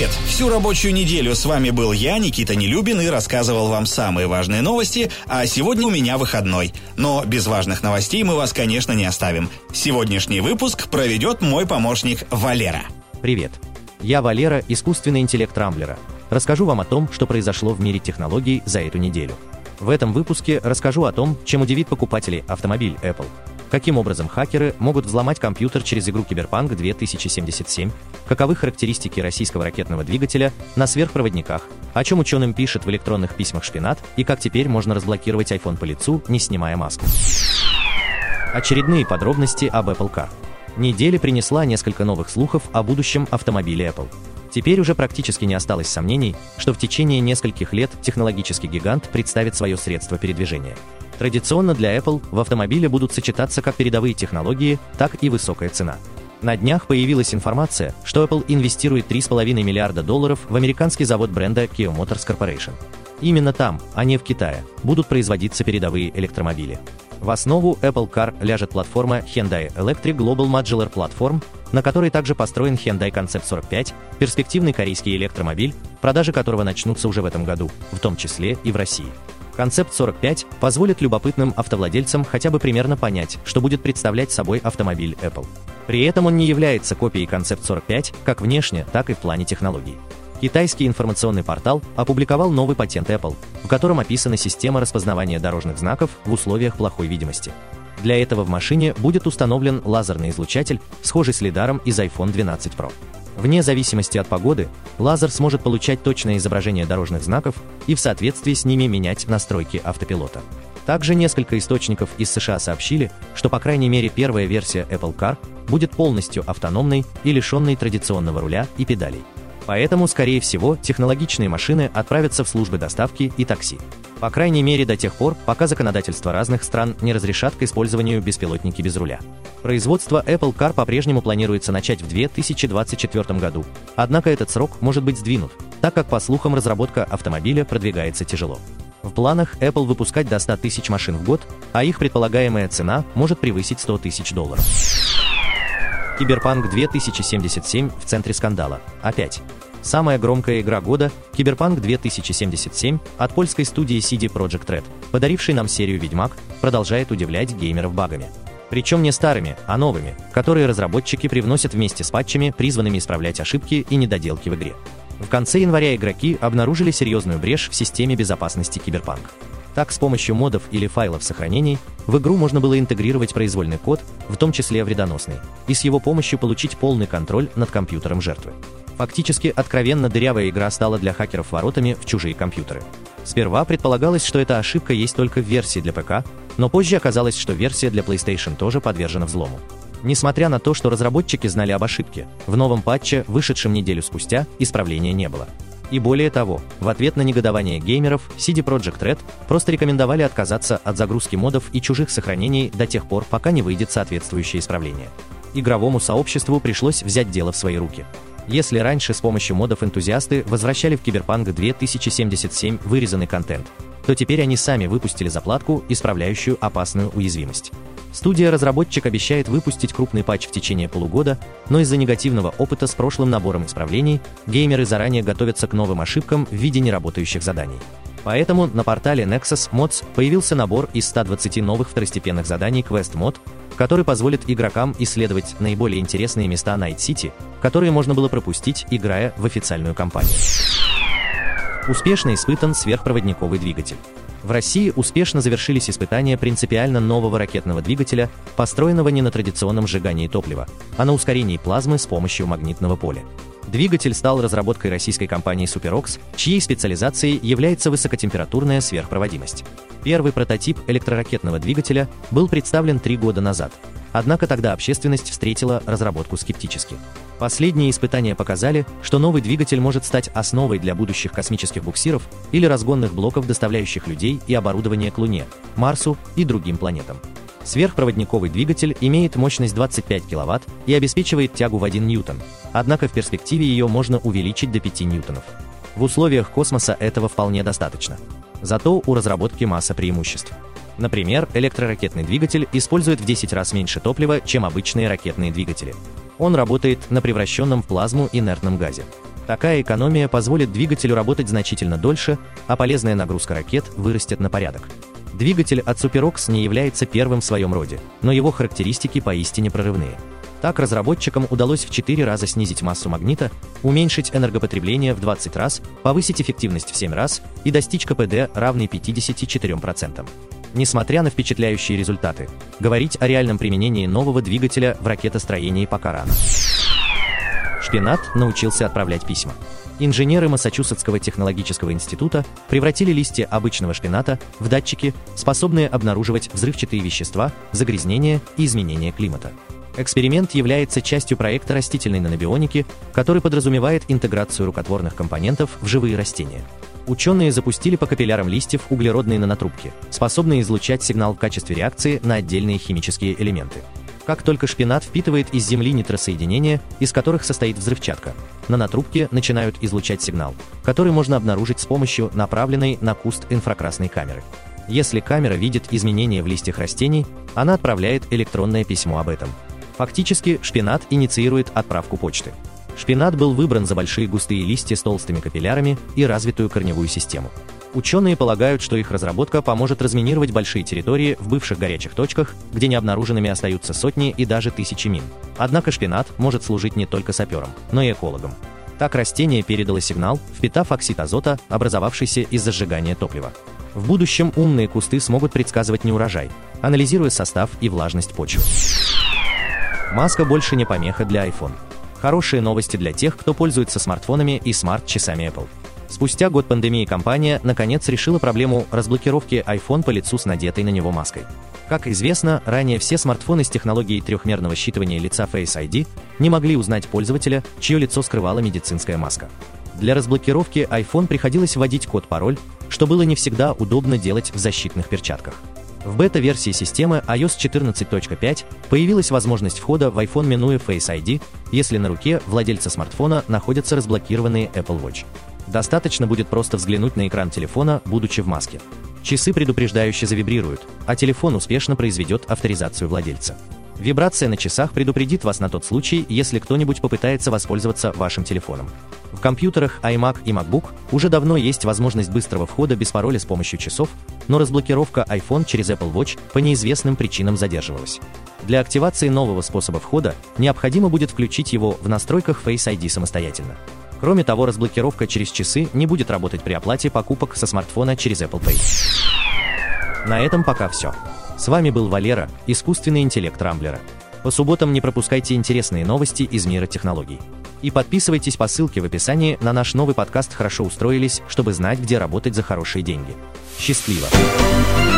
Привет! Всю рабочую неделю с вами был я, Никита Нелюбин, и рассказывал вам самые важные новости, а сегодня у меня выходной. Но без важных новостей мы вас, конечно, не оставим. Сегодняшний выпуск проведет мой помощник Валера. Привет! Я Валера, искусственный интеллект Рамблера. Расскажу вам о том, что произошло в мире технологий за эту неделю. В этом выпуске расскажу о том, чем удивит покупателей автомобиль Apple. Каким образом хакеры могут взломать компьютер через игру Cyberpunk 2077, каковы характеристики российского ракетного двигателя на сверхпроводниках, о чем ученым пишет в электронных письмах Шпинат и как теперь можно разблокировать iPhone по лицу, не снимая маску. Очередные подробности об Apple Car. Неделя принесла несколько новых слухов о будущем автомобиле Apple. Теперь уже практически не осталось сомнений, что в течение нескольких лет технологический гигант представит свое средство передвижения. Традиционно для Apple в автомобиле будут сочетаться как передовые технологии, так и высокая цена. На днях появилась информация, что Apple инвестирует $3,5 миллиарда в американский завод бренда Kia Motors Corporation. Именно там, а не в Китае, будут производиться передовые электромобили. В основу Apple Car ляжет платформа Hyundai Electric Global Modular Platform, на которой также построен Hyundai Concept 45, перспективный корейский электромобиль, продажи которого начнутся уже в этом году, в том числе и в России. Concept 45 позволит любопытным автовладельцам хотя бы примерно понять, что будет представлять собой автомобиль Apple. При этом он не является копией Concept 45 как внешне, так и в плане технологий. Китайский информационный портал опубликовал новый патент Apple, в котором описана система распознавания дорожных знаков в условиях плохой видимости. Для этого в машине будет установлен лазерный излучатель, схожий с лидаром из iPhone 12 Pro. Вне зависимости от погоды, лазер сможет получать точное изображение дорожных знаков и в соответствии с ними менять настройки автопилота. Также несколько источников из США сообщили, что по крайней мере первая версия Apple Car будет полностью автономной и лишенной традиционного руля и педалей. Поэтому, скорее всего, технологичные машины отправятся в службы доставки и такси. По крайней мере до тех пор, пока законодательство разных стран не разрешат к использованию беспилотники без руля. Производство Apple Car по-прежнему планируется начать в 2024 году, однако этот срок может быть сдвинут, так как, по слухам, разработка автомобиля продвигается тяжело. В планах Apple выпускать до 100 тысяч машин в год, а их предполагаемая цена может превысить $100 тысяч. Cyberpunk 2077 в центре скандала. Опять. Самая громкая игра года, Cyberpunk 2077, от польской студии CD Projekt Red, подарившей нам серию Ведьмак, продолжает удивлять геймеров багами. Причем не старыми, а новыми, которые разработчики привносят вместе с патчами, призванными исправлять ошибки и недоделки в игре. В конце января игроки обнаружили серьезную брешь в системе безопасности Cyberpunk. Так, с помощью модов или файлов сохранений в игру можно было интегрировать произвольный код, в том числе вредоносный, и с его помощью получить полный контроль над компьютером жертвы. Фактически, откровенно дырявая игра стала для хакеров воротами в чужие компьютеры. Сперва предполагалось, что эта ошибка есть только в версии для ПК, но позже оказалось, что версия для PlayStation тоже подвержена взлому. Несмотря на то, что разработчики знали об ошибке, в новом патче, вышедшем неделю спустя, исправления не было. И более того, в ответ на негодование геймеров, CD Projekt Red просто рекомендовали отказаться от загрузки модов и чужих сохранений до тех пор, пока не выйдет соответствующее исправление. Игровому сообществу пришлось взять дело в свои руки. Если раньше с помощью модов энтузиасты возвращали в Cyberpunk 2077 вырезанный контент, то теперь они сами выпустили заплатку, исправляющую опасную уязвимость. Студия-разработчик обещает выпустить крупный патч в течение полугода, но из-за негативного опыта с прошлым набором исправлений, геймеры заранее готовятся к новым ошибкам в виде неработающих заданий. Поэтому на портале Nexus Mods появился набор из 120 новых второстепенных заданий Quest Mod, который позволит игрокам исследовать наиболее интересные места Night City, которые можно было пропустить, играя в официальную кампанию. Успешно испытан сверхпроводниковый двигатель. В России успешно завершились испытания принципиально нового ракетного двигателя, построенного не на традиционном сжигании топлива, а на ускорении плазмы с помощью магнитного поля. Двигатель стал разработкой российской компании SuperOx, чьей специализацией является высокотемпературная сверхпроводимость. Первый прототип электроракетного двигателя был представлен 3 года назад, однако тогда общественность встретила разработку скептически. Последние испытания показали, что новый двигатель может стать основой для будущих космических буксиров или разгонных блоков, доставляющих людей и оборудование к Луне, Марсу и другим планетам. Сверхпроводниковый двигатель имеет мощность 25 кВт и обеспечивает тягу в 1 ньютон, однако в перспективе ее можно увеличить до 5 ньютонов. В условиях космоса этого вполне достаточно. Зато у разработки масса преимуществ. Например, электроракетный двигатель использует в 10 раз меньше топлива, чем обычные ракетные двигатели. Он работает на превращенном в плазму инертном газе. Такая экономия позволит двигателю работать значительно дольше, а полезная нагрузка ракет вырастет на порядок. Двигатель от SuperOx не является первым в своем роде, но его характеристики поистине прорывные. Так разработчикам удалось в 4 раза снизить массу магнита, уменьшить энергопотребление в 20 раз, повысить эффективность в 7 раз и достичь КПД, равный 54%. Несмотря на впечатляющие результаты, говорить о реальном применении нового двигателя в ракетостроении пока рано. Шпинат научился отправлять письма. Инженеры Массачусетского технологического института превратили листья обычного шпината в датчики, способные обнаруживать взрывчатые вещества, загрязнения и изменения климата. Эксперимент является частью проекта растительной нанобионики, который подразумевает интеграцию рукотворных компонентов в живые растения. Ученые запустили по капиллярам листьев углеродные нанотрубки, способные излучать сигнал в качестве реакции на отдельные химические элементы. Как только шпинат впитывает из земли нитросоединения, из которых состоит взрывчатка, нанотрубки начинают излучать сигнал, который можно обнаружить с помощью направленной на куст инфракрасной камеры. Если камера видит изменения в листьях растений, она отправляет электронное письмо об этом. Фактически, шпинат инициирует отправку почты. Шпинат был выбран за большие густые листья с толстыми капиллярами и развитую корневую систему. Ученые полагают, что их разработка поможет разминировать большие территории в бывших горячих точках, где необнаруженными остаются сотни и даже тысячи мин. Однако шпинат может служить не только сапером, но и экологом. Так растение передало сигнал, впитав оксид азота, образовавшийся из-за сжигания топлива. В будущем умные кусты смогут предсказывать неурожай, анализируя состав и влажность почвы. Маска больше не помеха для iPhone. Хорошие новости для тех, кто пользуется смартфонами и смарт-часами Apple. Спустя год пандемии компания, наконец, решила проблему разблокировки iPhone по лицу с надетой на него маской. Как известно, ранее все смартфоны с технологией трехмерного считывания лица Face ID не могли узнать пользователя, чье лицо скрывала медицинская маска. Для разблокировки iPhone приходилось вводить код-пароль, что было не всегда удобно делать в защитных перчатках. В бета-версии системы iOS 14.5 появилась возможность входа в iPhone, минуя Face ID, если на руке владельца смартфона находятся разблокированные Apple Watch. Достаточно будет просто взглянуть на экран телефона, будучи в маске. Часы предупреждающе завибрируют, а телефон успешно произведет авторизацию владельца. Вибрация на часах предупредит вас на тот случай, если кто-нибудь попытается воспользоваться вашим телефоном. В компьютерах iMac и MacBook уже давно есть возможность быстрого входа без пароля с помощью часов, но разблокировка iPhone через Apple Watch по неизвестным причинам задерживалась. Для активации нового способа входа необходимо будет включить его в настройках Face ID самостоятельно. Кроме того, разблокировка через часы не будет работать при оплате покупок со смартфона через Apple Pay. На этом пока все. С вами был Валера, искусственный интеллект Рамблера. По субботам не пропускайте интересные новости из мира технологий. И подписывайтесь по ссылке в описании на наш новый подкаст «Хорошо устроились», чтобы знать, где работать за хорошие деньги. Счастливо!